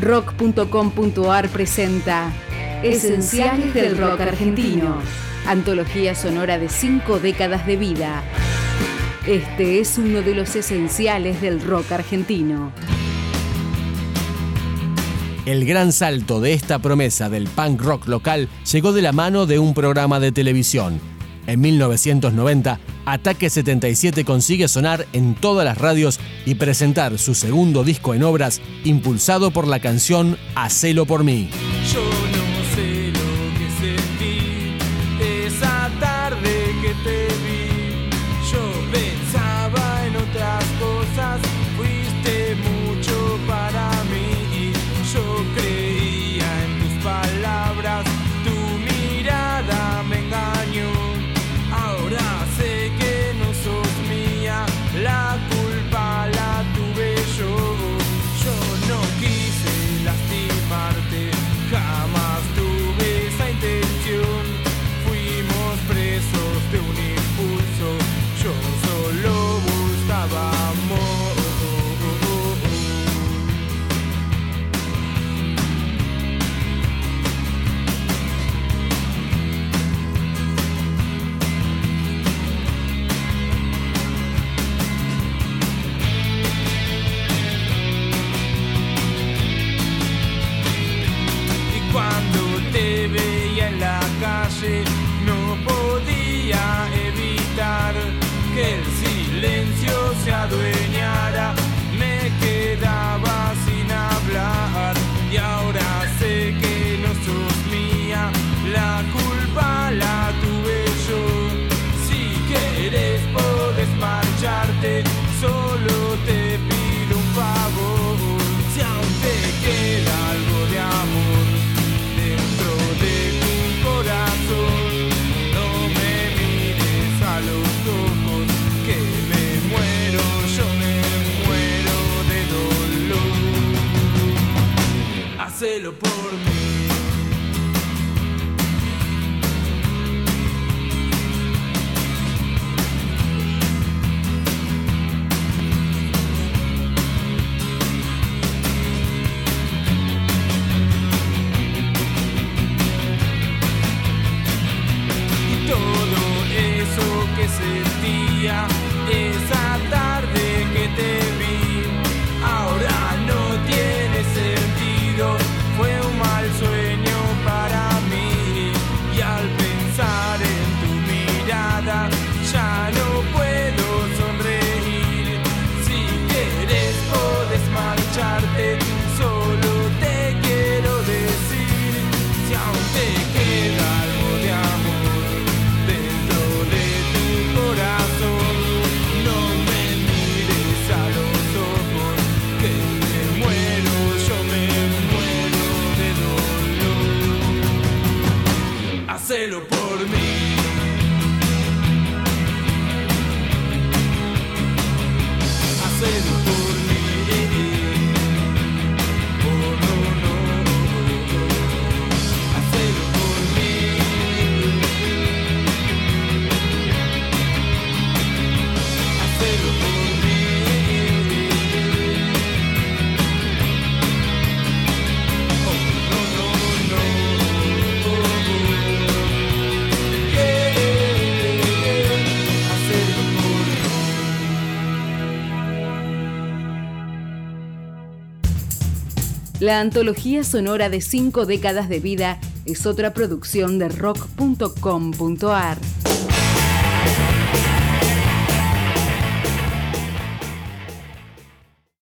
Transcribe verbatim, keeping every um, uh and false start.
rock punto com punto ar presenta Esenciales del Rock Argentino, antología sonora de cinco décadas de vida. Este es uno de los esenciales del rock argentino. El gran salto de esta promesa del punk rock local llegó de la mano de un programa de televisión. En mil novecientos noventa, Ataque setenta y siete consigue sonar en todas las radios y presentar su segundo disco en obras, impulsado por la canción Hacelo por mí. Yo no sé lo que sentí esa tarde que te vi. Yo pensaba en otras cosas, fuiste mucho para mí. Yo creía en tus palabras, tu mirada me engañó. Ahora sé que no sos mía, la culpa la tuve yo. Yo no quise lastimarte, jamás tuve esa intención. Fuimos presos de un impulso, yo solo buscaba amor. Cuando te veía en la calle no podía evitar que el silencio se adueñara. Me quedaba sin hablar y ahora sé que no sos mía, la culpa la tuve yo. Si quieres podés marcharte, solo te pido un favor. Si aún te queda algo de amor dentro de tu corazón, no me mires a los ojos, que me muero, yo me muero de dolor. Hacelo por mí. Que sentía esa tarde que te vi, ahora no tiene sentido, fue un mal sueño para mí. Y al pensar en tu mirada ya no puedo sonreír. Si quieres podés marcharte, solo te quiero decir, si aún te queda algo de amor dentro de tu corazón, no me mires a los ojos, que me muero, yo me muero de dolor. Hacelo por mí. Hacelo por mí. Oh, no, no. Hacelo por mí. Hacelo por mí. Oh, no, no, no. Yeah. Hacelo por mí. La antología sonora de cinco décadas de vida es otra producción de rock punto com punto ar.